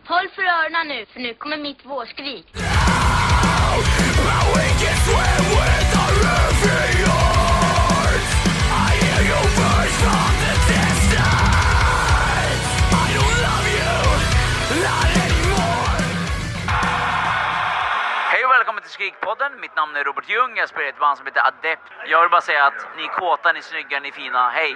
Håll för öronen nu, för nu kommer mitt vårskrik. Hej och välkommen till Skrikpodden. Mitt namn är Robert Ljung. Jag spelar i ett band som heter Adept. Jag vill bara säga att ni är kåta, ni är snygga, ni är fina. Hej!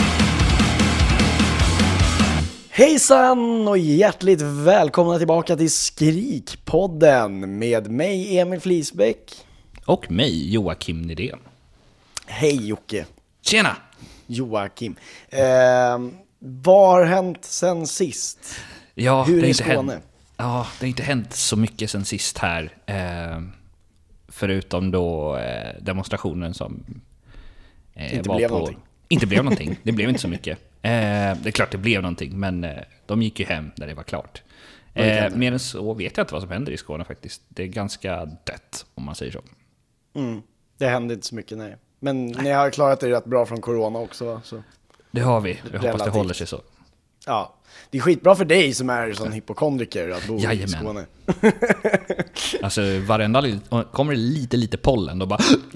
Hejsan och hjärtligt välkomna tillbaka till Skrikpodden med mig Emil Flisbäck. Och mig, Joakim Nydén. Hej Jocke. Tjena! Joakim. Vad har hänt sen sist? Ja, Hur det är inte Skåne? det har inte hänt så mycket sen sist här. Förutom då demonstrationen som Inte var blev på... någonting. Inte blev någonting. Det blev inte så mycket. Det är klart det blev någonting, men de gick ju hem när det var klart. Mer än så vet jag inte vad som händer i Skåne faktiskt. Det är ganska dött, om man säger så. Det hände inte så mycket, nej. Men ni har klarat det rätt bra från corona också, va? Så. Det har vi. Jag hoppas det Relativt. håller sig så. Ja, det är skitbra för dig som är sån hypokondriker att bo i Skåne. Alltså varenda kommer det lite pollen då bara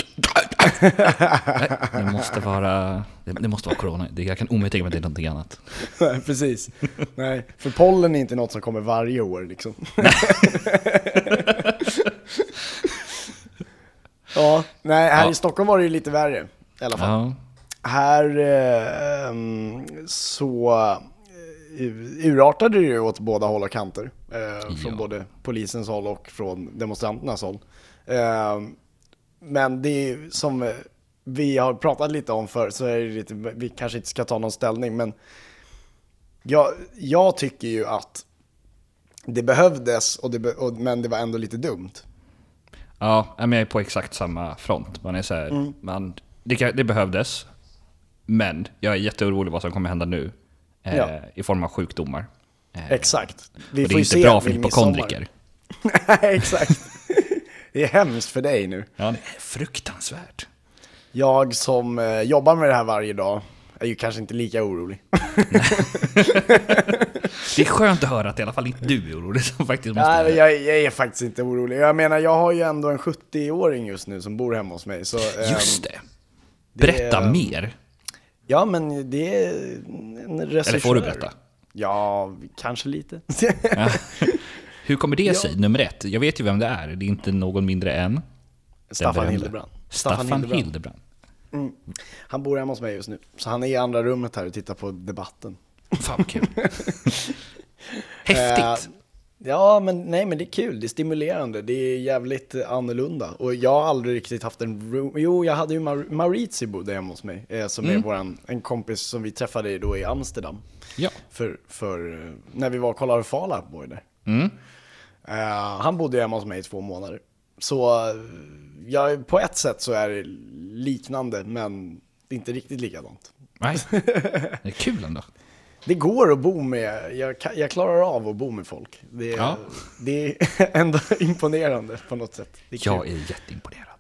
det måste vara corona. Jag kan omöjligt tänka mig att det är någonting annat. Nej, precis. Nej, för pollen är inte något som kommer varje år liksom. Ja, nej, här i Stockholm var det ju lite värre i alla fall. Ja. Här så urartade det ju åt båda håll och kanter. Från både polisens håll och från demonstranternas håll. Men det är som vi har pratat lite om för, så är det lite, vi kanske inte ska ta någon ställning, men jag tycker ju att det behövdes men det var ändå lite dumt. Ja, men jag är på exakt samma front. Man är så här, det behövdes, men jag är jätteorolig vad som kommer hända nu i form av sjukdomar. Exakt. Och det är inte bra för hypokondriker. Nej, exakt. Det är hemskt för dig nu. Ja, det är fruktansvärt. Jag som jobbar med det här varje dag är ju kanske inte lika orolig. Det är skönt att höra att i alla fall inte du är orolig. Som faktiskt måste Nej, jag är faktiskt inte orolig. Jag menar, jag har ju ändå en 70-åring just nu som bor hemma hos mig. Så, just det. Berätta mer. Ja, men det är en regissör. Eller får du berätta? Ja, kanske lite. Ja. Hur kommer det sig? Nummer 1. Jag vet ju vem det är. Det är inte någon mindre än Staffan Hildebrand. Staffan Hildebrand. Han bor hemma hos mig just nu. Så han är i andra rummet här och tittar på debatten. Fan vad kul. Häftigt. Ja, men det är kul. Det är stimulerande. Det är jävligt annorlunda. Och jag har aldrig riktigt haft Jo, jag hade ju Maurizio bodde hemma hos mig. Som är en kompis som vi träffade då i Amsterdam. Ja. För när vi var och kollade Fall Out Boy där. Han bodde hemma hos mig i 2 månader. Så på ett sätt så är det liknande, men inte riktigt likadant. Nej, det är kul ändå. Det går att bo med, jag klarar av att bo med folk. Det är ändå imponerande på något sätt. Jag är jätteimponerad.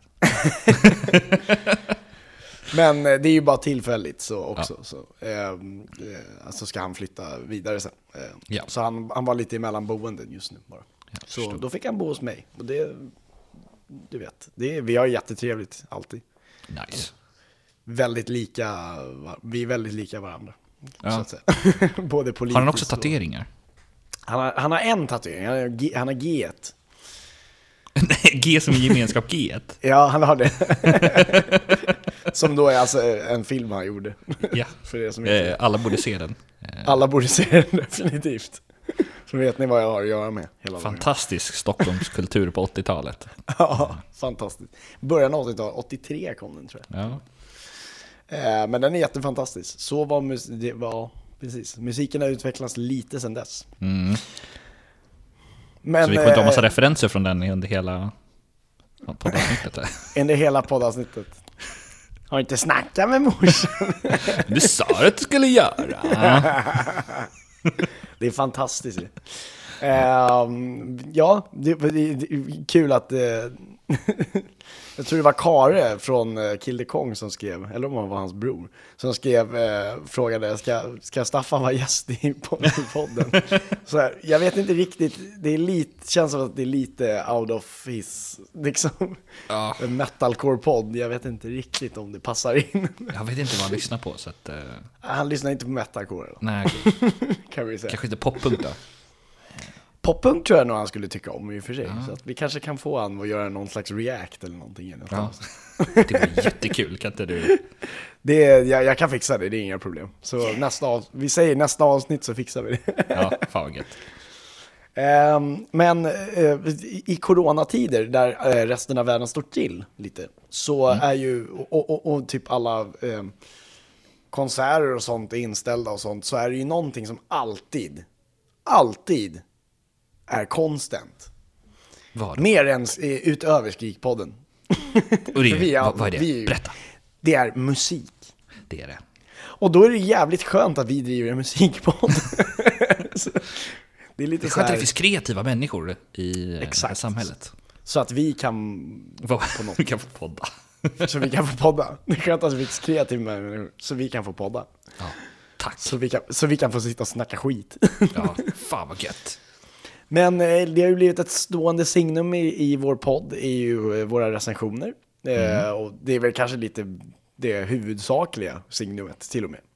Men det är ju bara tillfälligt så också. Så ska han flytta vidare sen. Så han var lite emellan boenden just nu bara. Så då fick han bo hos mig. Och du vet, vi har jättetrevligt alltid. Nice. Vi är väldigt lika varandra. Ja. Så att säga. Både politiskt. Har han också tatueringar? Han har en tatuering. Han har G1. G som i gemenskap G1? Ja, han har det. Som då är alltså en film han gjorde. Ja. För det som alla borde se den. Alla borde se den, definitivt. Så vet ni vad jag har att göra med hela fantastisk Stockholmskultur på 80-talet. Ja, fantastiskt. Början av 80-talet, 83 kom den tror jag. Ja. Men den är jättefantastisk. Så var precis. Musiken har utvecklats lite sedan dess. Men, så vi kommer ta en massa referenser från den under hela poddavsnittet. Under hela poddavsnittet. Har inte snackat med morsan. Du sa att du skulle göra. Det är fantastiskt. Ja, det är kul att Jag tror det var Kare från Kill the Kong som skrev, eller om det var hans bror, som skrev, frågade, ska Staffan vara gäst i podden? Så här, jag vet inte riktigt, det är lite, känns som att det är lite out of his, liksom, en metalcore-podd. Jag vet inte riktigt om det passar in. Jag vet inte vad han lyssnar på, så att... Han lyssnar inte på metalcore då. Nej, kan vi säga. kanske inte poppunk då. Poppunk tror jag nog han skulle tycka om i och för sig. Så att vi kanske kan få han att göra någon slags react eller någonting. Ja. Det var jättekul, kan inte du? Jag kan fixa det, det är inga problem. Så vi säger nästa avsnitt så fixar vi det. Ja, fan vad gött. Men i coronatider där resten av världen står till lite, så är ju, och typ alla konserter och sånt är inställda och sånt, så är det ju någonting som alltid är konstant. Vad? Mer än utöver Skrikpodden. Och det, vad är det? Berätta. Det är musik. Det är det. Och då är det jävligt skönt att vi driver en musikpodd. Det är lite så här... att det finns kreativa människor i det här samhället. Så att vi kan vi kan få podda. Så vi kan få podda. Det är skönt att det finns kreativa människor så vi kan få podda. Ja, tack. Så vi kan få sitta och snacka skit. Ja, fan vad gött. Men det har ju blivit ett stående signum i vår podd, är ju våra recensioner. Och det är väl kanske lite det huvudsakliga signumet till och med.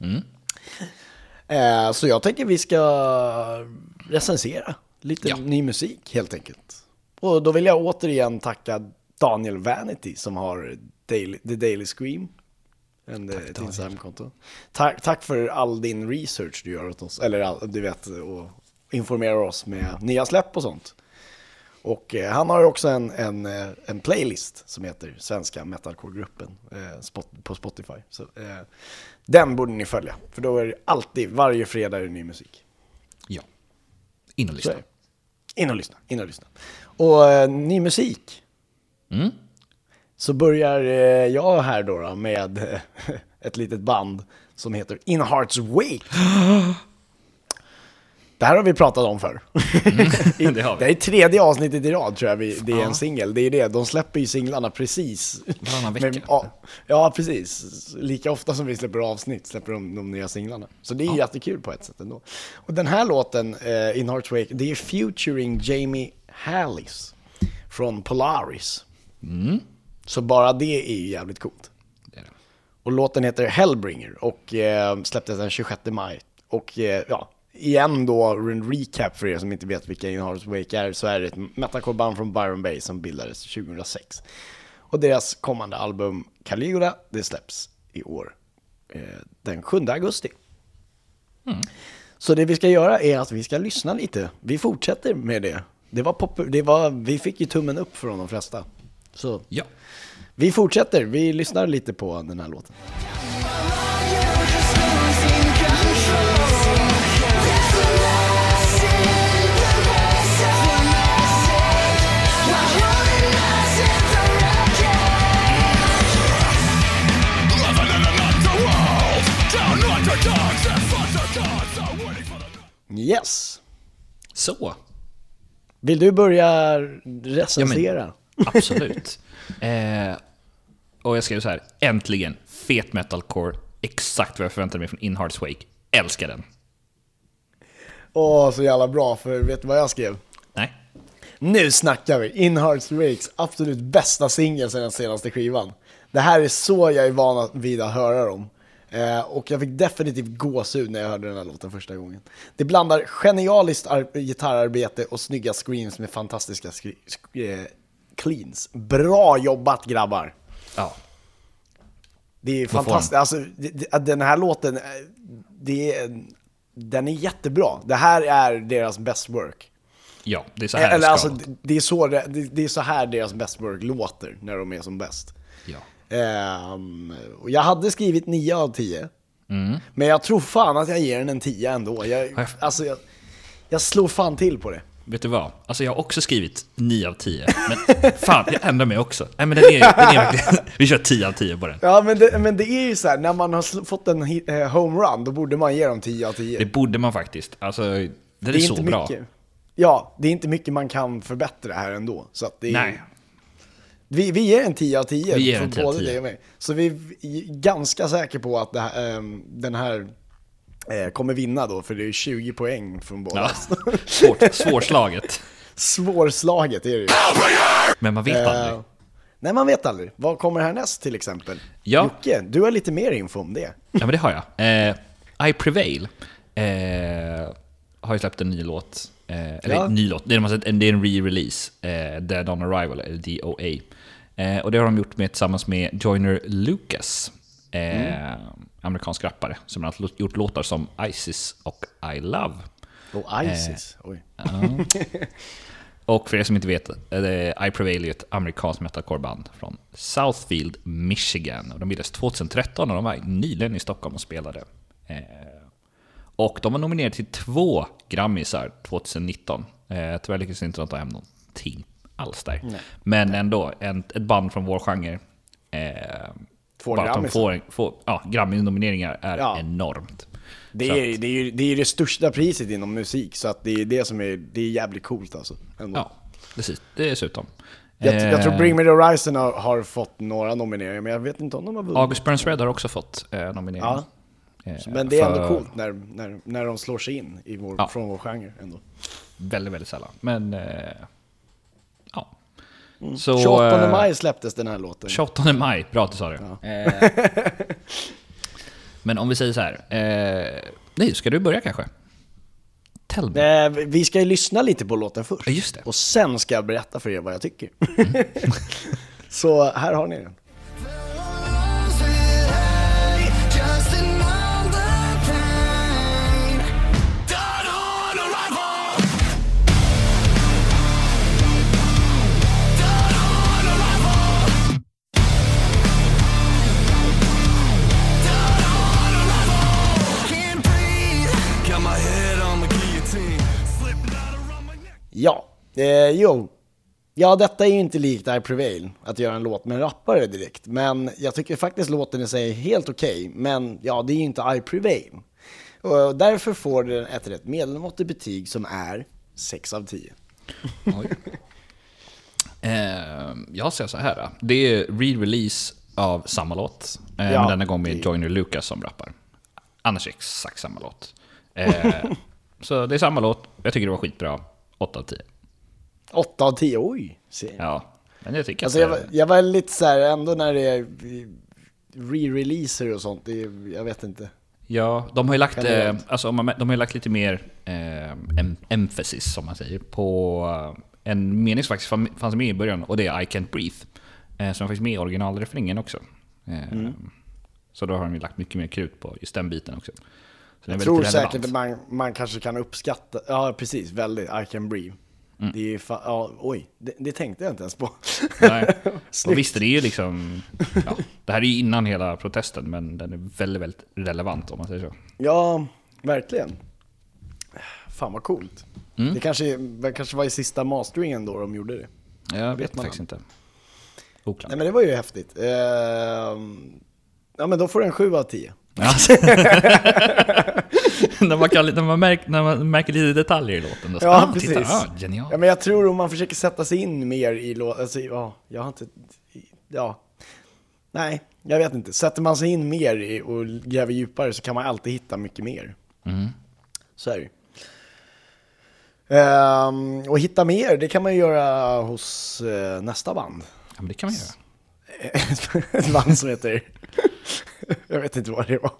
Så jag tänker vi ska recensera lite ny musik helt enkelt. Och då vill jag återigen tacka Daniel Vanity som har The Daily Scream. Ett Instagram-konto. Tack för all din research du gör åt oss. Eller du vet, och informerar oss med nya släpp och sånt. Och han har också en playlist som heter Svenska Metalcore-gruppen på Spotify. Så den borde ni följa. För då är det alltid, varje fredag är det ny musik. Ja. In och lyssna. In och lyssna. Och ny musik. Så börjar jag här då med ett litet band som heter In Heart's Wake. Det här har vi pratat om förr. Det har vi. Det är 3:e avsnittet i rad tror jag. Det är en singel. Det är det. De släpper ju singlarna precis. Varannan vecka. Ja, precis. Lika ofta som vi släpper avsnitt släpper de nya singlarna. Så det är jättekul på ett sätt ändå. Och den här låten, In Heart's Wake, det är featuring Jamie Hallis från Polaris. Så bara det är ju jävligt coolt. Det är det. Och låten heter Hellbringer och släpptes den 26 maj. Och igen då en recap för er som inte vet vilka In Heart's Wake är, så är det ett metalcore-band från Byron Bay som bildades 2006. Och deras kommande album Caligula, det släpps i år den 7 augusti. Så det vi ska göra är att vi ska lyssna lite. Vi fortsätter med det. Vi fick ju tummen upp från de flesta. Så ja. Vi fortsätter. Vi lyssnar lite på den här låten. Yes. Så. Vill du börja recensera? Ja, absolut. Och jag skrev så här: äntligen fet metalcore, exakt vad jag förväntade mig från In Heart's Wake. Älskar den. Så jävla bra, för vet du vad jag skrev? Nej. Nu snackar vi. In Heart's Wakes absolut bästa singel sedan den senaste skivan. Det här är så jag är van vid att höra dem. Och jag fick definitivt gåshud när jag hörde den här låten första gången. Det blandar genialiskt gitarrarbete och snygga screams med fantastiska cleans. Bra jobbat, grabbar. Ja. Det är fantastiskt. Alltså, den här låten, den är jättebra. Det här är deras best work. Ja, det är så här det är så här deras best work låter när de är som bäst. Ja. Och jag hade skrivit 9 av 10. Men jag tror fan att jag ger den en 10 ändå. Jag slår fan till på det. Vet du vad? Alltså jag har också skrivit 9 av 10. Men fan, jag ändrar mig också. Nej, men den är verkligen... Vi kör 10 av 10 på den. Ja, men det är ju så här, när man har fått en homerun, då borde man ge dem 10 av 10. Det borde man faktiskt. Alltså, det är så bra. Ja, det är inte mycket man kan förbättra här ändå. Så att det är... Nej. Vi ger en 10 av 10. Vi ger för en 10 av både 10. det och mig. Så vi är ganska säkra på att den här kommer vinna då. För det är 20 poäng från båda. Ja. Svårslaget. Svårslaget är det ju. Men man vet aldrig. Nej, man vet aldrig. Vad kommer härnäst till exempel? Ja. Jocke, du har lite mer info om det. Ja, men det har jag. I Prevail har ju släppt en ny låt. Eller en ny låt. Det är en re-release. Dead on Arrival, eller DOA. Och det har de gjort tillsammans med Joyner Lucas. Amerikansk rappare. Som har gjort låtar som ISIS och I Love. Och ISIS, oj. Och för er som inte vet, I Prevail är ett amerikanskt metalcore-band från Southfield, Michigan. Och de bildades 2013 och de var nyligen i Stockholm och spelade. Och de var nominerade till 2 Grammisar 2019. Tyvärr lyckades inte ta hem någonting alls där. Nej. Men ändå, ett band från vår genre. 2 Grammisar. Grammy-nomineringar är enormt. Det är det största priset inom musik, så att det är det som det är jävligt coolt alltså. Ändå. Ja, precis. Dessutom. Jag tror Bring Me The Horizon har fått några nomineringar, men jag vet inte om de har vunnit. August Burns Red har också fått nomineringar. Ja. Men det är ändå coolt när de slår sig in från vår genre ändå. Väldigt, väldigt sällan. Men ja. Så, 28 maj släpptes den här låten. 28 maj, bra att du sa det. Ja. Men om vi säger så här. Nej, ska du börja kanske? Tell me. Vi ska ju lyssna lite på låten först. Just det. Och sen ska jag berätta för er vad jag tycker. Så här har ni den. Ja, detta är ju inte likt I Prevail, att göra en låt med en rappare direkt. Men jag tycker faktiskt låten i sig är helt okej. Men ja, det är ju inte I Prevail. Och därför får den ett rätt medelmåttigt betyg som är 6 av 10. Jag säger så här. Det är re-release av samma låt. Men denna gång med Joyner Lucas som rappar. Annars exakt samma låt. Så det är samma låt. Jag tycker det var skitbra. 8 av 10. 8 av 10, oj. Ja, men jag tycker alltså jag var lite så här, ändå när det är re-releaser och sånt, jag vet inte. Ja, de har ju lagt, de har ju lagt lite mer emphasis, som man säger, på en mening som faktiskt fanns med i början, och det är I Can't Breathe, som faktiskt med i originalrefrängen också. Så då har de ju lagt mycket mer krut på just den biten också. Så jag tror säkert att man kanske kan uppskatta, ja precis, väldigt, I Can Breathe. Det är det tänkte jag inte ens på. Nej. Och visst, det är ju liksom det här är ju innan hela protesten, men den är väldigt, väldigt relevant, om man säger så. Ja, verkligen. Fan vad coolt. Det kanske var i sista masteringen då de gjorde det. Jag vet faktiskt inte. Oklart. Nej, men det var ju häftigt. Ja, men då får den 7 av 10. när man märker lite detaljer i låten. Ja, precis. Titta, genial. Ja, men jag tror om man försöker sätta sig in mer i låten, alltså, jag har inte, nej, jag vet inte. Sätter man sig in mer och gräver djupare så kan man alltid hitta mycket mer. Så är det. Och hitta mer, det kan man göra hos nästa band. Ja, men det kan man göra. Ett band som heter jag vet inte vad det var.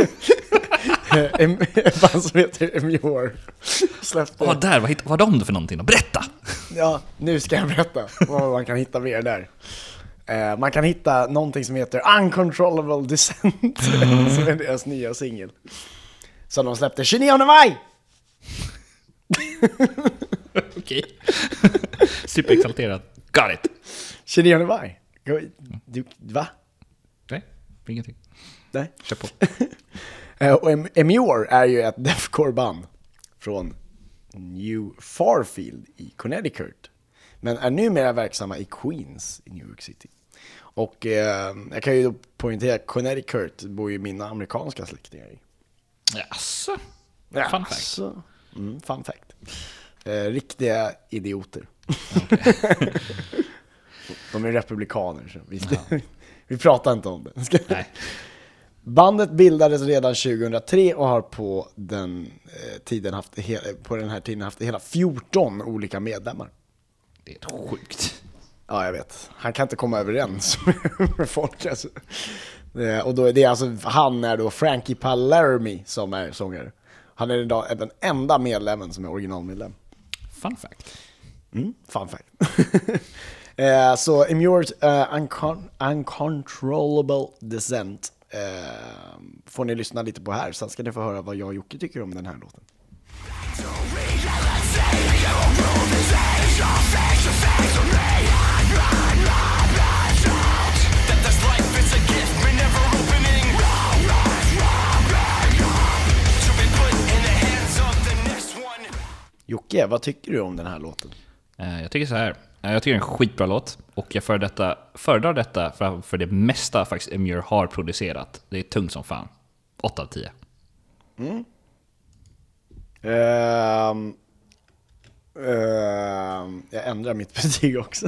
Ett band som heter Emure släppte. Vad har de för någonting då? Berätta! Ja, nu ska jag berätta vad man kan hitta mer där. Man kan hitta någonting som heter Uncontrollable Descent, som är deras nya singel, som de släppte 29 maj. Okej. Superexalterad. Got it. 29 maj. Va? Nej, ingenting. Nej. Kör på. Och Emure är ju ett deathcore-band från New Farfield i Connecticut, men är numera verksamma i Queens i New York City. Och jag kan ju då poängtera att Connecticut bor ju mina amerikanska släktingar i. Jaså? Ja, fun fact. Fun fact. Riktiga idioter. De är republikaner, så vi pratar inte om det. Nej. Bandet bildades redan 2003 och har på den här tiden haft hela 14 olika medlemmar. Det är ett sjukt. Ja, jag vet. Han kan inte komma överens med folk. Alltså. Och då är det alltså, han är då Frankie Palermi som är sångare. Han är idag den enda medlemmen som är originalmedlem. Fun fact. Fun fact. Så Immures Uncontrollable Descent får ni lyssna lite på här. Sen ska ni få höra vad jag och Jocke tycker om den här låten. Jocke, vad tycker du om den här låten? Jag tycker så här. Jag tycker det är en skitbra låt. Och jag föredrar detta för det mesta faktiskt Emmure har producerat. Det är tungt som fan. 8 av 10. Jag ändrar mitt betyg också.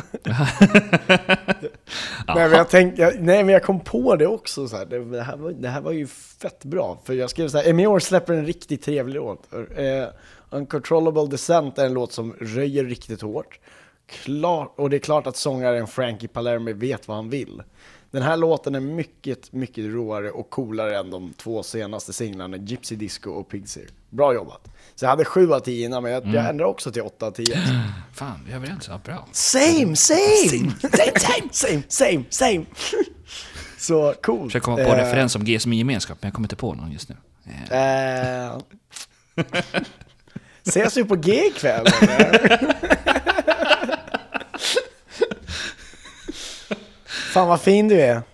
Men jag kom på det också så här. Det här var ju fett bra. För jag skrev så här: Emmure släpper en riktigt trevlig låt. Uncontrollable Descent är en låt som röjer riktigt hårt. Och det är klart att sångaren Frankie Palermi vet vad han vill. Den här låten är mycket, mycket råare och coolare än de 2 senaste singlarna, Gypsy Disco och Pigs Ear. Bra jobbat. Så jag hade 7 av 10 innan, men jag ändrar också till 8 av 10. Fan, vi är överens. Ja, bra. Same. Så cool. Jag försöker komma på en referens om G som i gemenskap, men jag kommer inte på någon just nu. Ses vi på G ikväll? Fan vad fin du är.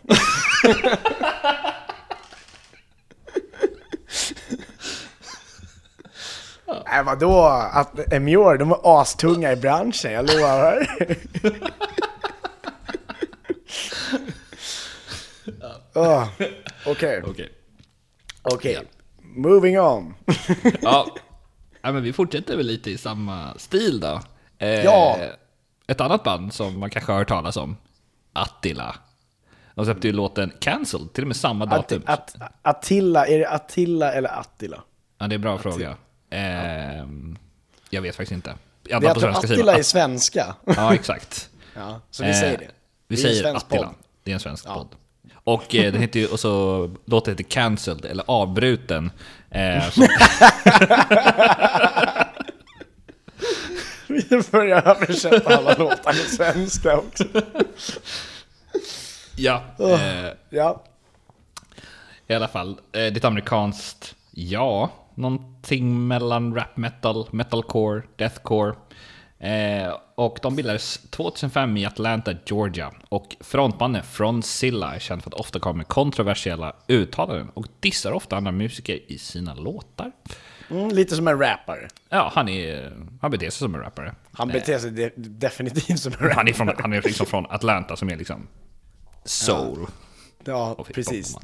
Nej, vadå? Att Emmure, de är astunga i branschen, jag lovar. Okej. Moving on. Ja, men vi fortsätter väl lite i samma stil då. Ja. Ett annat band som man kanske har hört talas om, Attila. De släppte ju låten Cancelled, till och med samma datum. Attila, är det Attila eller Attila? Ja, det är en bra fråga. Jag vet faktiskt inte. Det är att Attila är svenska. Ja, exakt. Ja, så vi säger det. Vi säger Attila. Podd. Det är en svensk podd. Och den heter ju, och så låten heter Cancelled, eller avbruten. Vi börjar översätta alla låtar i svenska också. Ja. Ja. I alla fall, det är ett amerikanskt, någonting mellan rap metal, metalcore, deathcore. Och de bildades 2005 i Atlanta, Georgia. Och frontmannen Fronzilla är känd för att ofta komma med kontroversiella uttalanden och dissar ofta andra musiker i sina låtar. Lite som en rappare. Ja, han beter sig som en rappare. Han beter sig definitivt som en rappare. Han är liksom från Atlanta, som är liksom soul. Ja, precis.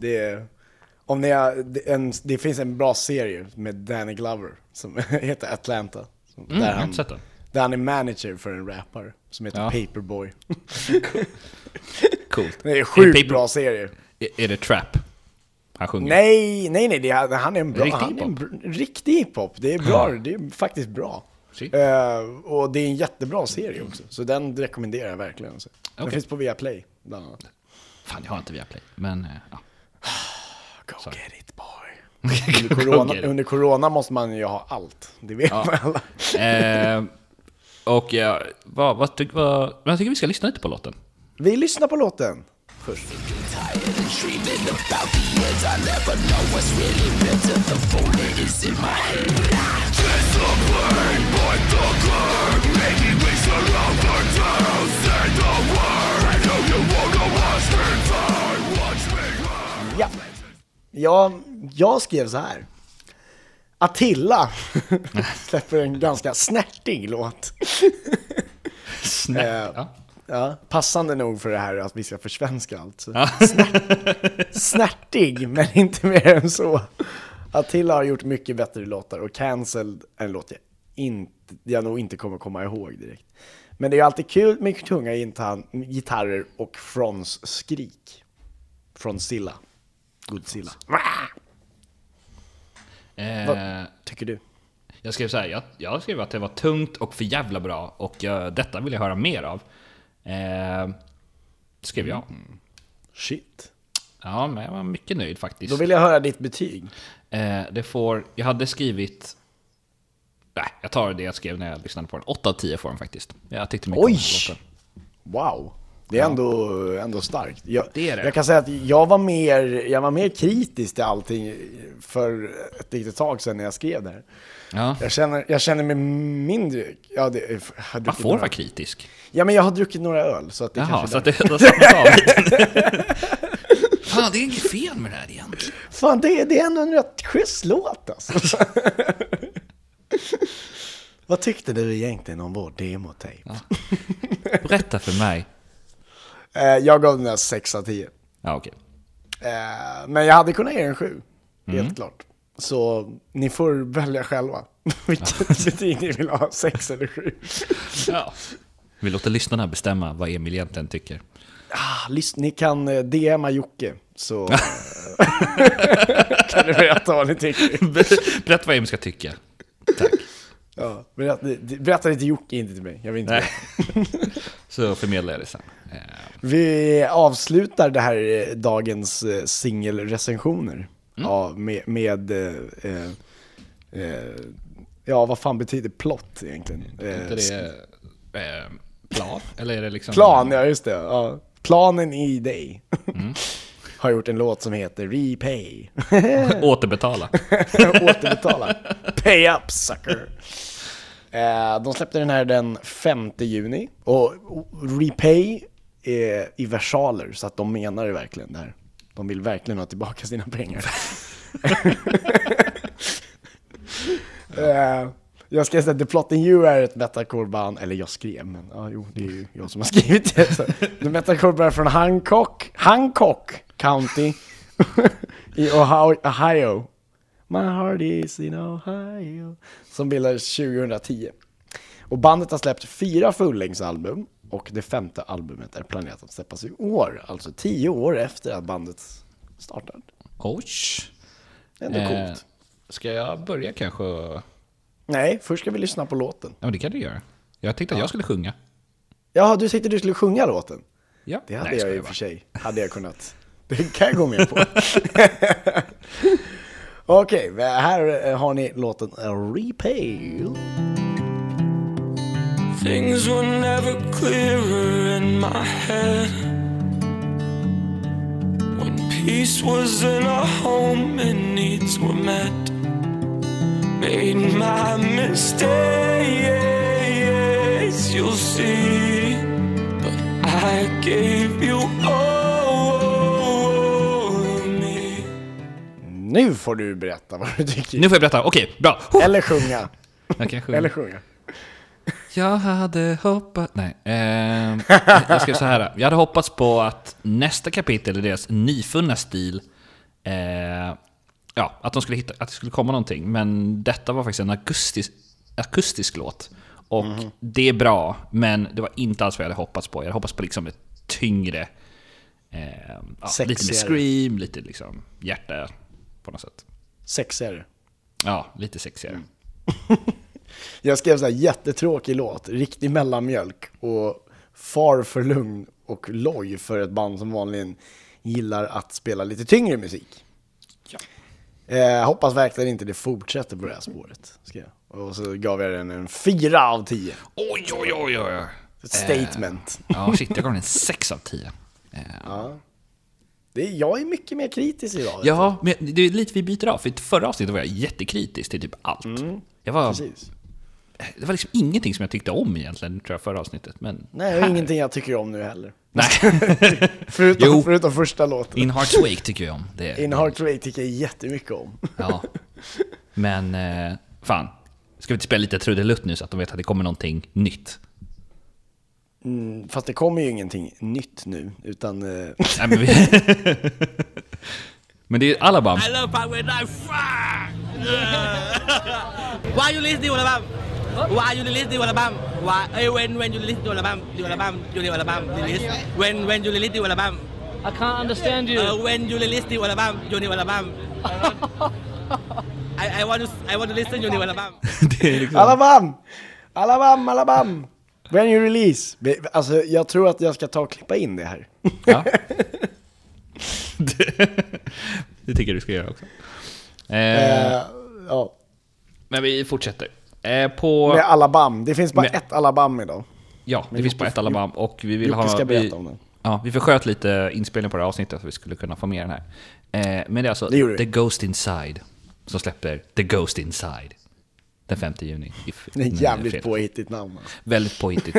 Det finns en bra serie med Danny Glover som heter Atlanta. Där han är manager för en rapper som heter Paperboy. Coolt. Det är en sjukt bra serie. Är det trap? Han sjunger? Nej, han är en riktig hiphop. Det är bra, det är faktiskt bra. Och det är en jättebra serie också. Så den rekommenderar jag verkligen. Den finns på Viaplay bland annat. Fan, jag har inte Viaplay, men ja. Go get it, boy. Under corona måste man ju ha allt. Det vet man alla. Och vad tycker vi ska lyssna lite på låten? Vi lyssnar på låten först. Ja, jag skrev så här. Attila släpper en ganska snärtig låt. Ja, passande nog för det här att vi ska försvenska allt. Snärtig, men inte mer än så. Attila har gjort mycket bättre låtar och Cancelled är en låt jag jag nog inte kommer komma ihåg direkt. Men det är ju alltid kul med tunga gitarrer och Frons skrik. Fronsilla. Godzilla. Vad tycker du? Jag skrev så här, jag skrev att det var tungt och för jävla bra. Och detta vill jag höra mer av. Skrev jag. Shit. Ja, men jag var mycket nöjd faktiskt. Då vill jag höra ditt betyg. Jag hade skrivit... Nej, jag tar det jag skrev när jag lyssnade på den. 8 av 10 får den faktiskt. Jag tyckte mycket om låten. Wow. Det är ändå starkt. Det är det. Jag kan säga att jag var mer kritisk till allting för ett litet tag sedan när jag skrev det här. Ja. Jag känner mig mindre... Ja, Man får vara kritisk. Ja, men jag har druckit några öl. Så att det Jaha, kanske så att det då slappnar av lite. Fan, det är inget fel med det här egentligen. Fan, det är ändå en rätt schysst låt alltså. Vad tyckte du egentligen om vår demotape? Ja. Berätta för mig. Jag gav den där 6 av 10. Ja, okej. Men jag hade kunnat ge den 7. Helt klart. Så ni får välja själva vilket betyg ni vill ha, 6 eller 7. Ja. Vi låter lyssnarna bestämma vad Emil egentligen tycker. Ni kan DMa Jocke, så kan du berätta vad ni tycker. Berätta vad Emil ska tycka. Tack. Ja, berätta det till Jocke, inte till mig. Jag vill inte. Så förmedlar jag det sen. Vi avslutar det här dagens singelrecensioner. Ja, med ja, vad fan betyder plott egentligen? Inte det plan? Eller är det liksom... Plan, ja just det. Ja. Planen i dig. Har gjort en låt som heter Repay. Återbetala. Återbetala. Pay up, sucker. De släppte den här den 5 juni. Och Repay är i versaler, så att de menar det verkligen där. De vill verkligen ha tillbaka sina pengar. Jag skrev att The Plotting You är ett metalcore-band. Eller jag skrev, men det är ju jag som har skrivit det. Så. The metalcore-band från Hancock County i Ohio. My heart is in Ohio. Som bildades 2010. Och bandet har släppt 4 fullängdsalbum. Och det 5:e albumet är planerat att släppas i år. Alltså 10 år efter att bandet startade. Oj. Ändå coolt. Ska jag börja kanske? Nej, först ska vi lyssna på låten. Ja, det kan du göra. Jag tänkte att jag skulle sjunga. Ja, du tänkte du skulle sjunga låten? Ja. Det hade jag i och för sig. Hade jag kunnat. Det kan jag gå med på. Okej, här har ni låten Repay. Things were never clearer in my head when peace was in our home and needs were met. Made my mistakes, you'll see, but I gave you all of me. Nu får du berätta vad du tycker. Nu får jag berätta, okej, bra. Eller sjunga. Jag kan sjunga. Eller sjunga. Jag hade hoppats... Nej, jag skrev så här. Jag hade hoppats på att nästa kapitel i deras nyfunna stil, ja, att att det skulle komma någonting. Men detta var faktiskt en akustisk låt. Och det är bra, men det var inte alls vad jag hade hoppats på. Jag hade hoppats på liksom ett tyngre, lite mer scream, lite liksom hjärta på något sätt. Sexigare. Ja, lite sexigare. Jag skrev så här, jättetråkig låt, riktig mellanmjölk och far för lugn och loj för ett band som vanligen gillar att spela lite tyngre musik. Ja. Hoppas verkligen inte det fortsätter på det här spåret, skrev jag. Och så gav jag den en 4 av 10. Oj. Ett statement. Ja, shit, jag gav den en 6 av 10. Ja. Jag är mycket mer kritisk idag. Ja, men det är lite vi byter av. För i förra avsnittet var jag jättekritisk till typ allt. Precis. Det var liksom ingenting som jag tyckte om egentligen, tror jag, förra avsnittet. Men Nej, det är ingenting jag tycker om nu heller. Nej. förutom första låten. In Heart's Wake tycker jag om. In Heart's Wake tycker jag jättemycket om. Ja. Men fan, ska vi inte spela lite trudelutt nu så att de vet att det kommer någonting nytt? Fast det kommer ju ingenting nytt nu, utan... Nej, men det är Alabama. I love power when I fuck. Why you listening to Alabama? Why you release the album? Why when you release the album, release when you release the album? I can't understand you. When you release the album, I want to listen to the album. Det är liksom... Alabam. When you release. Alltså, jag tror att jag ska ta och klippa in det här. Ja. Det tycker du ska göra också. Ja. Men vi fortsätter. Med Alabam. Det finns bara ett Alabam idag. Ja, det finns bara ett Alabam. Och vi vill Jocke ska berätta om den. Ja, vi försköt lite inspelning på det här avsnittet så vi skulle kunna få med den här. Men det är alltså The Ghost Inside som släpper The Ghost Inside den 5 juni. Det är jävligt påhittigt namn. Väldigt påhittigt.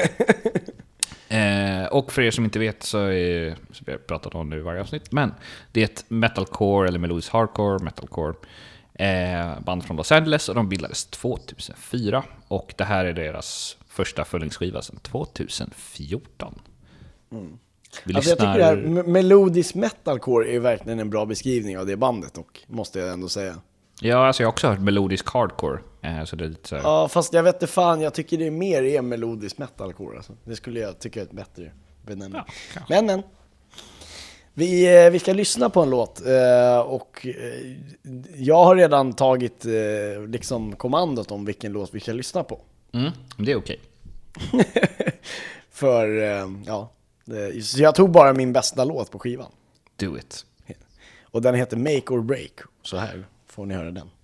Och för er som inte vet så vi har pratat om det i varje avsnitt, men det är ett metalcore eller melodisk hardcore metalcore band från Los Angeles och de bildades 2004 och det här är deras första fullängdsskiva sedan 2014. Alltså jag tycker det här melodisk metalcore är verkligen en bra beskrivning av det bandet och måste jag ändå säga. Ja, alltså jag har också hört melodisk hardcore så det är lite så här... Ja, fast jag vet inte fan, jag tycker det är mer melodisk metalcore alltså. Det skulle jag tycka är ett bättre benämning. Ja, men vi ska lyssna på en låt och jag har redan tagit liksom kommandot om vilken låt vi ska lyssna på. Det är okej. För så jag tog bara min bästa låt på skivan. Do it. Och den heter Make or Break. Så här får ni höra den.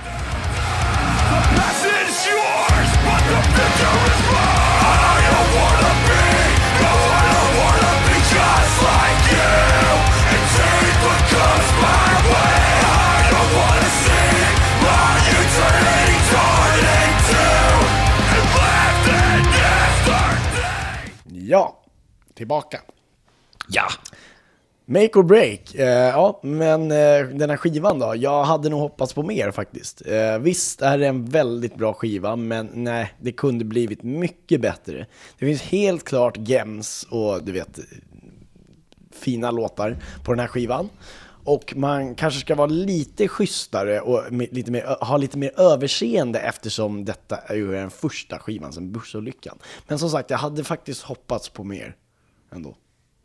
Ja, tillbaka. Ja. Make or Break, ja, men den här skivan då, jag hade nog hoppats på mer faktiskt. Visst är det en väldigt bra skiva, men nej, det kunde blivit mycket bättre. Det finns helt klart gems och du vet, fina låtar på den här skivan. Och man kanske ska vara lite schysstare och ha lite mer överseende eftersom detta är ju den första skivan sen bussolyckan. Men som sagt, jag hade faktiskt hoppats på mer ändå.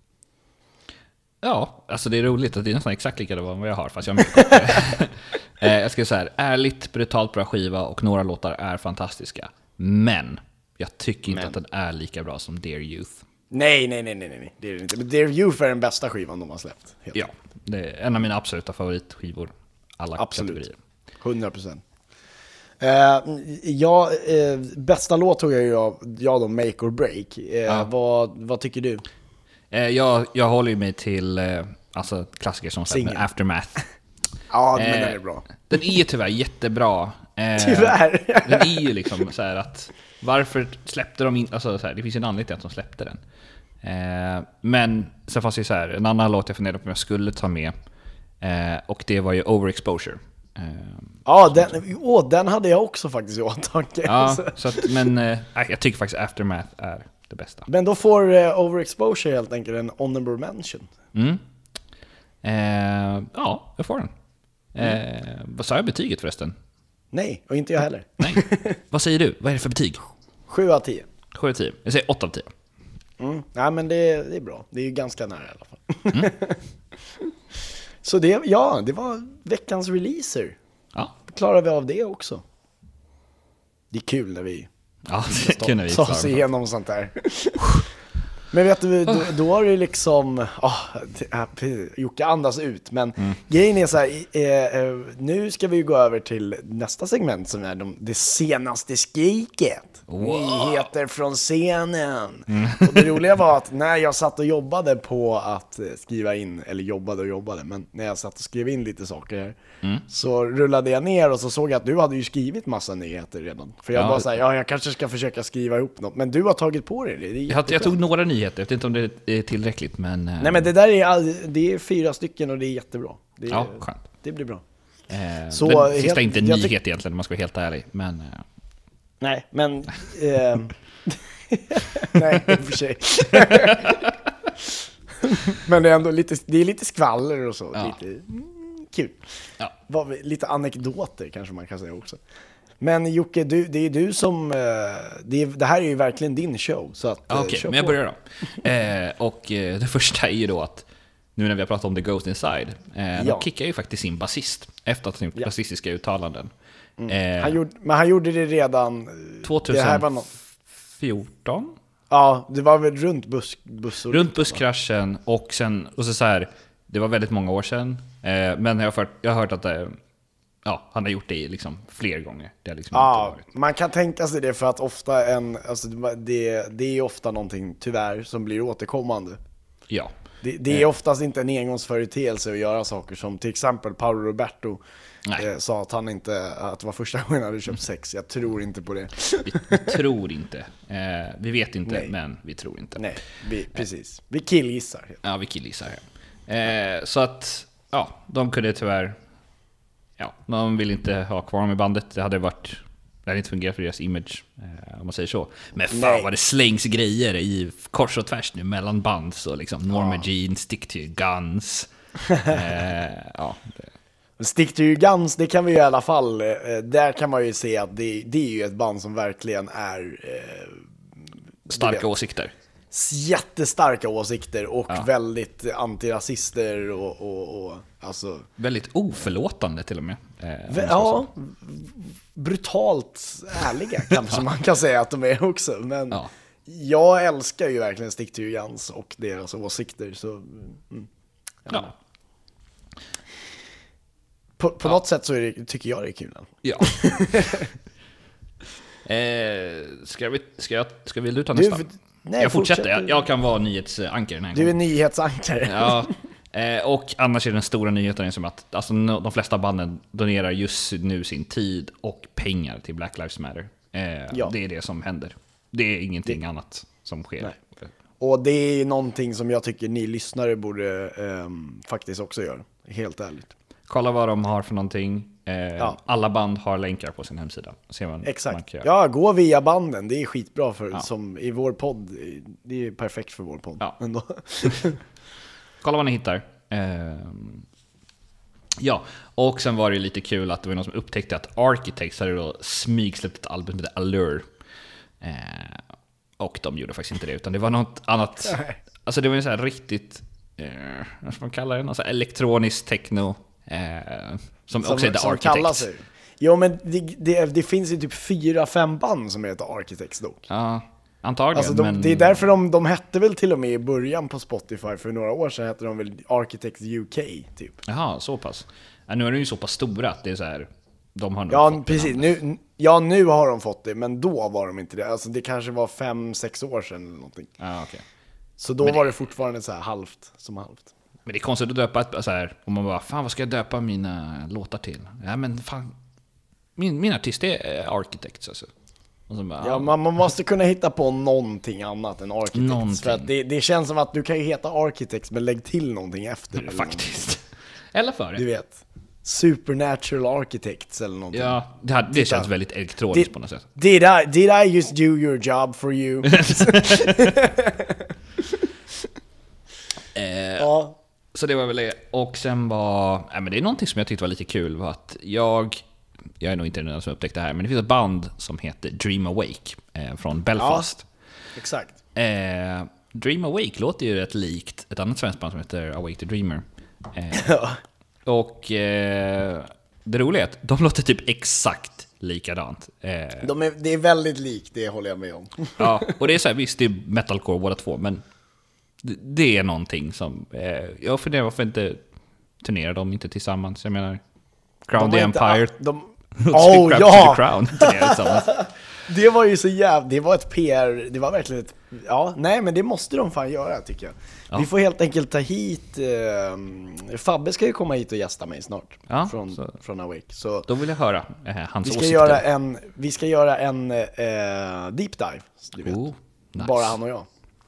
Ja, alltså det är roligt att det är nästan exakt lika vad jag har, fast jag har mycket kortare. Jag ska säga här, ärligt, brutalt bra skiva och några låtar är fantastiska. Men jag tycker inte att den är lika bra som Dear Youth. Nej, det är det inte. Men Dear Youth är den bästa skivan de har släppt. Ja, det är en av mina absoluta favoritskivor. Alla kategorier. 100%. Bästa låt tog jag då Make or Break. Vad tycker du? Jag håller ju mig till alltså klassiker som sagt Aftermath. Ja, men den är bra. Den är tyvärr jättebra. Tyvärr. Den är ju liksom så här att varför släppte de in, alltså så här, det finns en anledning till att de släppte den. Men så fanns det så här en annan låt jag funderade på om jag skulle ta med och det var ju Overexposure. Den hade jag också faktiskt i åtanke. Ja, så att, men jag tycker faktiskt Aftermath är det bästa. Men då får Overexposure helt enkelt en honorable mention. Ja, jag får den. Vad sa jag betyget förresten? Nej, och inte jag heller. Nej. Vad säger du? Vad är det för betyg? 7 av 10. 7 av 10. Jag säger 8 av 10. Nej, men det är bra. Det är ju ganska nära i alla fall. Så det var veckans releaser. Ja. Klarar vi av det också? Det är kul när vi tar oss igenom sånt där. Men vet du, då har det liksom Jocke andas ut. Men grejen är så här, nu ska vi gå över till nästa segment som är det senaste skriket. Nyheter från scenen. Och det roliga var att när jag satt och jobbade på att skriva in, eller jobbade, men när jag satt och skrev in lite saker här, så rullade jag ner och så såg jag att du hade ju skrivit massa nyheter redan. För jag bara såhär, jag kanske ska försöka skriva ihop något. Men du har tagit på dig det. Jag tog några nyheter, jag vet inte om det är tillräckligt, men... Nej, men det där är 4 stycken och det är jättebra. Skönt. Det blir bra. Så den sista är inte en nyhet egentligen, om man ska vara helt ärlig, men... Nej, men... nej, i och för sig. Men det är ändå lite skvaller och så. Lite kul. Lite anekdoter kanske man kan säga också. Men Jocke, det är du som... det här är ju verkligen din show. Så att, Okej, men jag börjar då. Och det första är ju då att nu när vi har pratat om The Ghost Inside, då kickar ju faktiskt sin basist efter att han gjort basistiska uttalanden. Han gjorde det redan... 2014? Ja, det var väl runt runt busskraschen och sen så här, det var väldigt många år sedan, men jag har hört att han har gjort det liksom fler gånger. Det har liksom inte varit. Man kan tänka sig det för att ofta det är ofta någonting tyvärr som blir återkommande. Ja. Det är oftast inte en engångsföreteelse att göra saker som till exempel Paolo Roberto sa att att det var första gången han hade köpt sex. Jag tror inte på det. Vi tror inte. Vi vet inte, men vi tror inte. Nej, precis. Vi killgissar. Ja, vi killgissar här. Så att, de kunde tyvärr... Ja, de vill inte ha kvar dem i bandet. Det hade inte fungerat för deras image, om man säger så. Men fan vad det slängs grejer i kors och tvärs nu mellan band. Så liksom Norma Jean, Stick to Your Guns. Stick to Your Guns, det kan vi i alla fall... där kan man ju se att det är ju ett band som verkligen är... starka åsikter. Jättestarka åsikter och väldigt antirasister och alltså... Väldigt oförlåtande till och med. Brutalt ärliga kanske man kan säga att de är också. Men jag älskar ju verkligen Stick to Your Guns och deras åsikter. Så, På något sätt så tycker jag det är kul. Ja. Ska vi luta nästa? Nej, jag fortsätter. Jag kan vara nyhetsankare den här gången. Du är nyhetsankare. Ja. Och annars är den stora nyheten som att de flesta banden donerar just nu sin tid och pengar till Black Lives Matter. Det är det som händer. Det är ingenting annat som sker. Nej. Och det är någonting som jag tycker ni lyssnare borde faktiskt också göra. Helt ärligt. Kolla vad de har för någonting. Alla band har länkar på sin hemsida. Exakt. Gå via banden. Det är skitbra som i vår podd. Det är perfekt för vår podd. Ja. Kolla vad ni hittar. Och sen var det lite kul att det var någon som upptäckte att Architects hade då smygsläppt ett album med Allure. Och de gjorde faktiskt inte det, utan det var något annat. Alltså det var ju så här riktigt, vad ska man kalla det? Alltså elektronisk techno. Som också heter Architects. Jo, men det finns ju typ 4-5 band som heter Architects dock. Ja, antagligen. Alltså det är därför de hette väl till och med i början på Spotify för några år sedan hette de väl Architects UK typ. Jaha, så pass. Nu är de ju så pass stora att det är så här. De har fått precis. Nu har de fått det, men då var de inte det. Alltså det kanske var 5-6 år sedan eller någonting. Ja, okej. Så då var det fortfarande så här halvt. Men det är konstigt att döpa ett så här, och man bara, fan vad ska jag döpa mina låtar till? Ja men fan, min artist är Architects alltså. Och så bara, man måste kunna hitta på någonting annat än Architects. För att det känns som att du kan ju heta Architects men lägg till någonting efter. Ja, faktiskt. Eller före. Du vet, Supernatural Architects eller någonting. Ja, det känns väldigt elektroniskt på något sätt. Did I just do your job for you? Så det var väl det. Och sen var... men det är någonting som jag tyckte var lite kul var att jag är nog inte den enda som upptäckte det här, men det finns ett band som heter Dream Awake från Belfast. Ja, exakt. Dream Awake låter ju rätt likt ett annat svenskt band som heter Awake the Dreamer. Och det roliga är att de låter typ exakt likadant. Det är väldigt likt, det håller jag med om. Ja, och det är så här, visst det är metalcore båda två, men det är någonting som jag funderar varför inte turnerar de inte tillsammans. Jag menar Crown the Empire. The Crown tillsammans. Det var ju så det var ett PR, det var verkligen ett, nej men det måste de fan göra tycker jag. Ja. Vi får helt enkelt ta hit Fabbe ska ju komma hit och gästa mig snart från Awake. Så då vill jag höra hans åsikter. Vi ska göra en deep dive, du vet. Nice. Bara han och jag.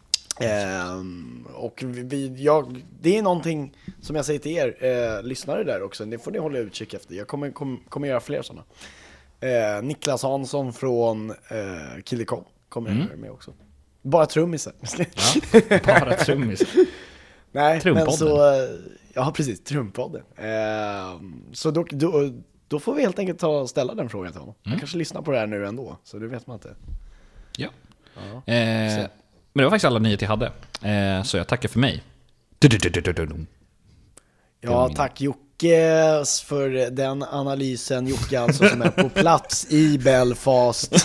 Och det är någonting som jag säger till er lyssnare där också. Det får ni hålla utkik efter. Jag kommer göra fler sådana. Niklas Hansson från Killikon kommer här med också. Bara trummisar. Bara trummisar. Nej, men så precis, Trumpodden. Så Då får vi helt enkelt ta och ställa den frågan till honom. Han kanske lyssnar på det här nu ändå, så det vet man inte. Ja. Men det var faktiskt alla nyheter jag hade. Så jag tackar för mig. Ja, tack Jocke för den analysen. Jocke alltså som är på plats i Belfast.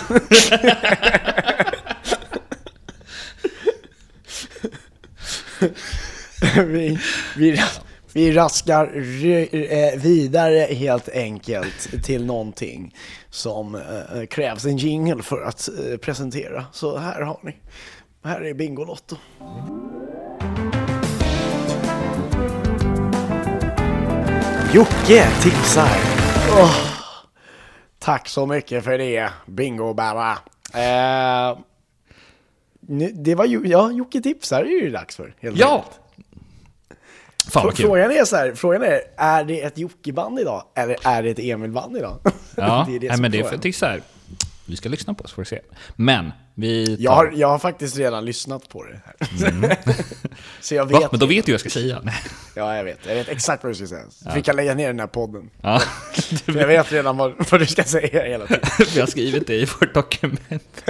Vi raskar vidare helt enkelt till någonting som krävs en jingle för att presentera. Så här har ni. Här är Bingolotto. Jocke tipsar. Tack så mycket för det, Bingo-bära. Det var ju, Jocke tipsar är ju dags för. Helt enkelt. Fan vad kul. Frågan är det ett Jocke-band idag eller är det ett Emil-band idag? Ja, det är det nej, men det är så här. Vi ska lyssna på oss för att se. Men jag har faktiskt redan lyssnat på det här. Så jag vet. Men då vet du vad jag ska säga. Ja, jag vet exakt vad du ska säga. Så vi kan lägga ner den här podden. Ja. Jag vet redan vad du ska säga hela tiden. Vi har skrivit det i vårt dokument.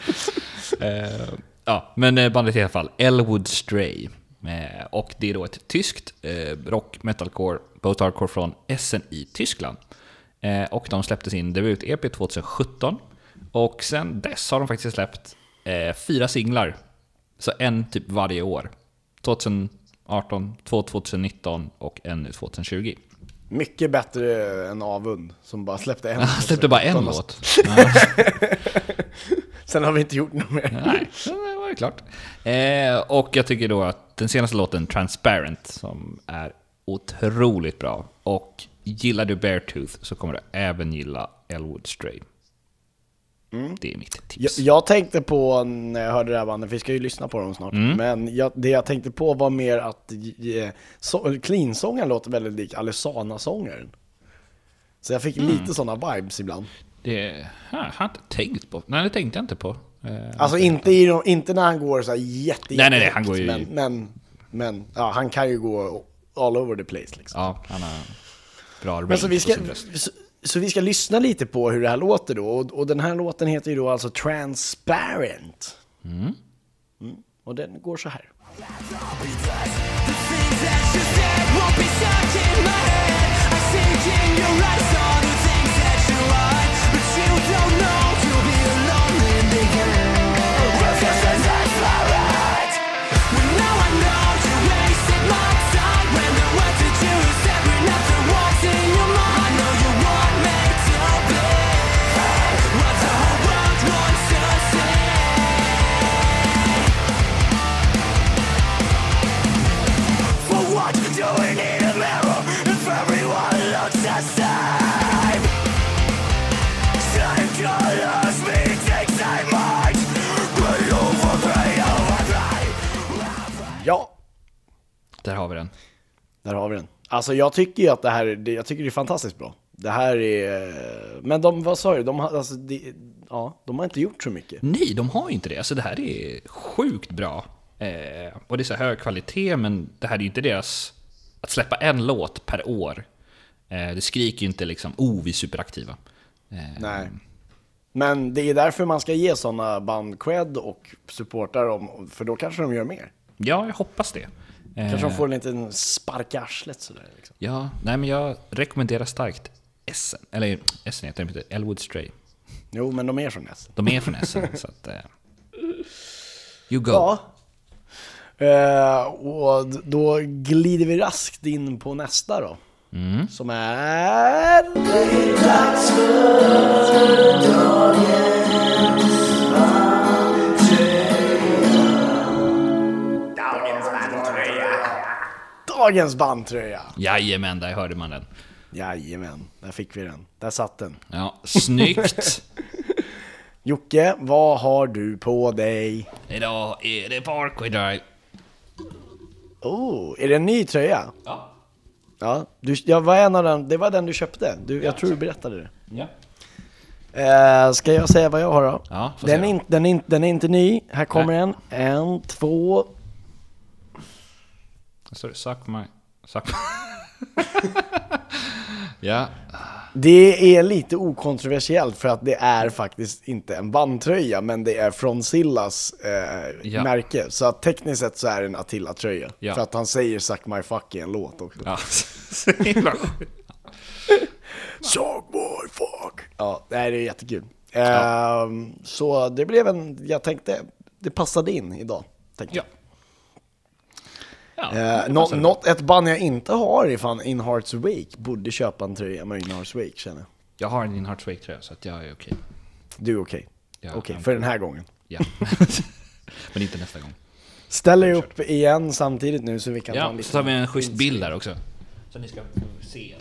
Ja, men bandet i alla fall Elwood Stray. Och det är då ett tyskt rock, metalcore, post-hardcore från Essen i Tyskland. Och de släppte sin debut-EP 2017. Och sen dess har de faktiskt släppt 4 singlar. Så en typ varje år. 2018, 2019 och en 2020. Mycket bättre än Avund som bara släppte en. Släppte bara en låt. Sen har vi inte gjort något mer. Nej, det var ju klart. Och jag tycker då att den senaste låten, Transparent, som är otroligt bra. Och gillar du Beartooth så kommer du även gilla Elwood Stray. Det är mitt tips. Jag tänkte på när jag hörde det här bandet, vi ska ju lyssna på dem snart. Men det jag tänkte på var mer att Clean-sången låter väldigt lik Alesana-sångaren. Så jag fick lite sådana vibes ibland. Det har jag inte tänkt på. Nej, det tänkte jag inte på. Alltså inte när han går så här Nej, han går ju... Men ja, han kan ju gå all over the place liksom. Ja, han har bra range på sin röst. Så vi ska lyssna lite på hur det här låter då. Och den här låten heter ju då alltså Transparent. Och den går så här. Ja. Där har vi den. Alltså jag tycker ju att det är fantastiskt bra. Det här är... Men vad sa du? De har inte gjort så mycket. Nej, de har inte det. Alltså det här är sjukt bra. Och det är så hög kvalitet, men det här är ju inte deras... Att släppa en låt per år. Det skriker ju inte liksom, vi är superaktiva. Nej. Men det är därför man ska ge sådana band cred och supporta dem. För då kanske de gör mer. Ja, jag hoppas det. Kanske de får en liten spark i arslet sådär liksom. Ja, nej men jag rekommenderar starkt Essen. Eller Essen heter det, Elwood Stray. Jo, men de är från Essen. De är från Essen, så att... you go. Ja. Och då glider vi raskt in på nästa då. Som är... Dags för dagens bandtröja. Jajamän, där hörde man den. Jajamän, där fick vi den. Där satt den. Ja, snyggt. Jocke, vad har du på dig? Idag är det Parkway Drive. Är det en ny tröja? Ja. Ja, det var den du köpte. Jag tror du berättade det. Ja. Ska jag säga vad jag har då? Ja, den är inte ny. Här kommer en. 1, 2. Sorry, suck my. Ja. Det är lite okontroversiellt för att det är faktiskt inte en bandtröja, men det är från Sillas märke. Så att tekniskt sett så är det en Attila-tröja. För att han säger Suck My Fuck i en låt också. Ja. Suck My Fuck. Ja, det är jättekul. Så det blev jag tänkte, det passade in idag, tänkte jag. Ett band jag inte har är fan In Hearts Wake. Borde köpa en tröja med In Hearts Wake, känner jag. Jag har en In Hearts Wake-tröja, så att jag är okej. Du är okej? Okej, för den här gången. Ja. Men inte nästa gång. Ställer upp igen samtidigt nu så vi kan ta en liten... så tar vi en schysst bild där också. Så ni ska se.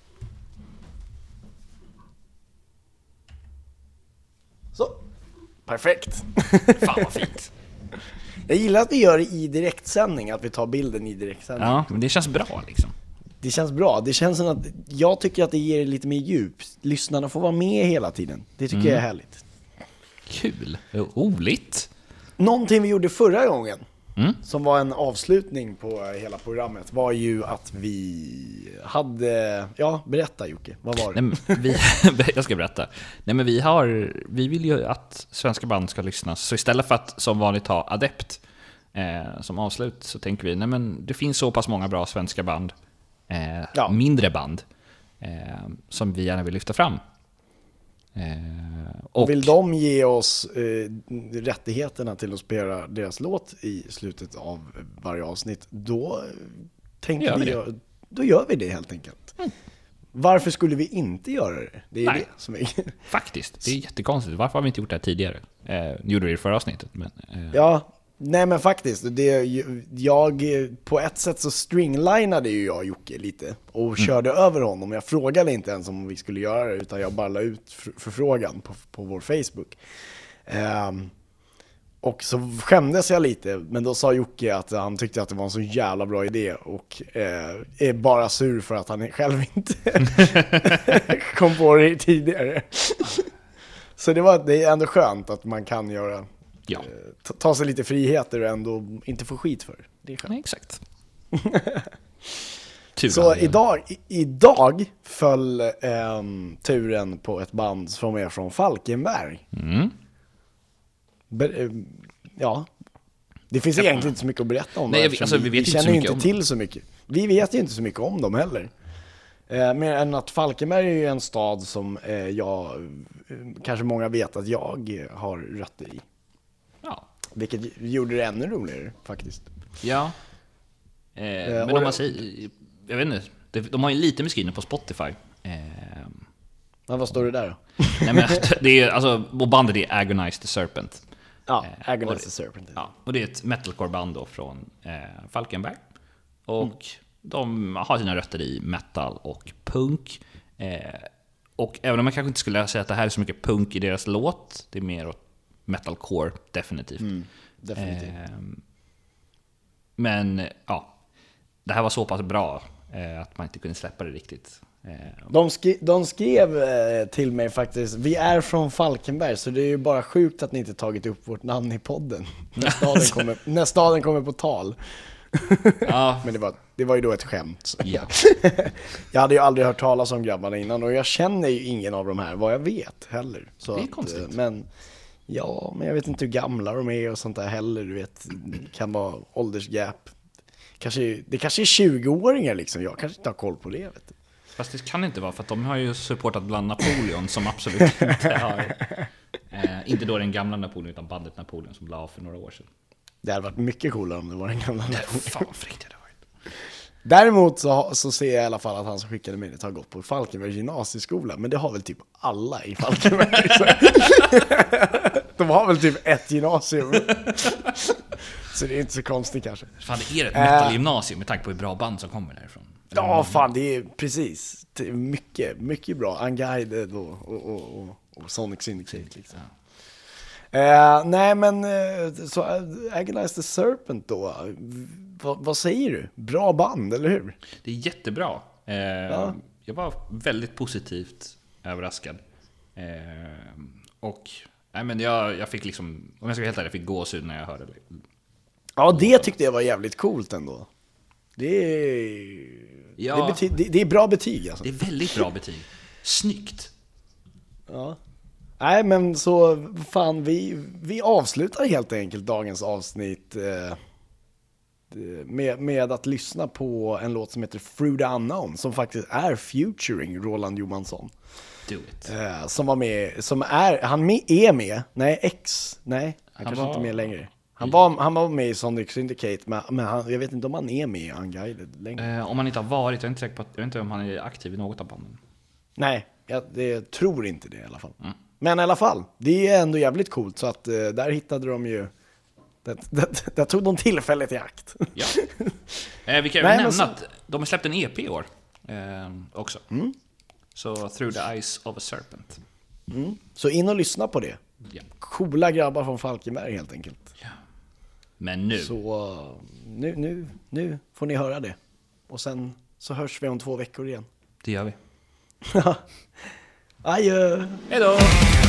Så, perfekt. Fan vad fint. Jag gillar att vi gör det i direktsändning, att vi tar bilden i direktsändning. Ja, men det känns bra liksom. Det känns bra. Det känns som att jag tycker att det ger lite mer djup. Lyssnarna får vara med hela tiden. Det tycker jag är härligt. Kul. Roligt. Någonting vi gjorde förra gången, som var en avslutning på hela programmet, var ju att vi hade... Ja, berätta Jocke, vad var det? Nej, jag ska berätta. Nej, men vi vill ju att svenska band ska lyssnas. Så istället för att som vanligt ha Adept som avslut, så tänker vi, nej men det finns så pass många bra svenska band, mindre band, som vi gärna vill lyfta fram. Och vill de ge oss rättigheterna till att spela deras låt i slutet av varje avsnitt, då tänker då gör vi det helt enkelt. Varför skulle vi inte göra det? Det är det som är... Faktiskt, det är jättekonstigt. Varför har vi inte gjort det här tidigare? Gjorde vi det i förra avsnittet, men... Nej men faktiskt, på ett sätt så stringlinade ju jag Jocke lite och körde över honom. Jag frågade inte ens om vi skulle göra det, utan jag bara la ut förfrågan på vår Facebook. Och så skämdes jag lite, men då sa Jocke att han tyckte att det var en så jävla bra idé och är bara sur för att han själv inte kom på det tidigare. Så det är ändå skönt att man kan göra... ta sig lite friheter och ändå inte få skit för det. Är skönt. Exakt. Så idag föll turen på ett band som är från Falkenberg. Det finns egentligen inte så mycket att berätta om. Vi känner inte till så mycket. Vi vet ju inte så mycket om dem heller. Mer än att Falkenberg är ju en stad som kanske många vet att jag har rötter i. Ja. Vilket gjorde det ännu roligare faktiskt. Ja. Men om man säger, jag vet inte, de har ju lite beskrivning på Spotify. Men vad står det där då? Nej, men det är alltså, och bandet är Agonize the Serpent. Ja, Agonize the Serpent. Ja, och det är ett metalcore-band då från Falkenberg. Och de har sina rötter i metal och punk. Och även om man kanske inte skulle säga att det här är så mycket punk i deras låt, det är mer åt metalcore, definitivt. Definitivt. Men ja, det här var så pass bra att man inte kunde släppa det riktigt. De skrev till mig faktiskt, vi är från Falkenberg, så det är ju bara sjukt att ni inte tagit upp vårt namn i podden när staden kommer på tal. Ja. Men det var ju då ett skämt. Ja. Jag hade ju aldrig hört talas om grabbarna innan, och jag känner ju ingen av de här, vad jag vet heller. Så det är konstigt. Men jag vet inte hur gamla de är och sånt där heller, du vet. Det kan vara åldersgap. Det kanske är 20-åringar liksom, jag kanske inte har koll på det, vet du. Fast det kan inte vara, för att de har ju supportat bland Napoleon som absolut inte har... inte då den gamla Napoleon, utan bandet Napoleon som la av för några år sedan. Det hade varit mycket coolare om det var den gamla Napoleon. Fan vad frikt det varit. Däremot så ser jag i alla fall att han som skickade mig det har gått på Falkenberg gymnasieskola. Men det har väl typ alla i Falkenberg. De har väl typ ett gymnasium. Så det är inte så konstigt kanske. Fan, det är ett metal-gymnasium med tanke på hur bra band som kommer därifrån. Ja, fan, det är precis. Det är mycket bra. Unguided och Sonic Syndicate liksom. Nej, men så Agonize the Serpent då. Vad säger du? Bra band, eller hur? Det är jättebra. Jag var väldigt positivt överraskad. Och nej, men jag fick liksom, om jag ska vara helt ärlig, jag fick gåshud när jag hörde det. Ja, det tyckte jag var jävligt coolt ändå. Det är bra betyg alltså. Det är väldigt bra betyg. Snyggt. Ja. Nej, men så fan, vi avslutar helt enkelt dagens avsnitt med att lyssna på en låt som heter Through the Unknown, som faktiskt är featuring Roland Johansson. Do it. Som var med, han är med, han kanske inte är med längre. Han var med i Sonic Syndicate, men jag vet inte om han är med i Unguided längre. Om han inte har varit, jag är inte säker på jag vet inte om han är aktiv i något av banden. Nej, jag tror inte det i alla fall. Men i alla fall, det är ändå jävligt coolt, så att där hittade de ju, där tog de tillfället i akt. Ja. Vi kan ju nämna att de har släppt en EP i år också. Så Through the Eyes of a Serpent. Så in och lyssna på det. Ja. Coola grabbar från Falkenberg helt enkelt. Ja. Men nu. Så nu får ni höra det. Och sen så hörs vi om 2 veckor igen. Det gör vi. Adjö! Hej då!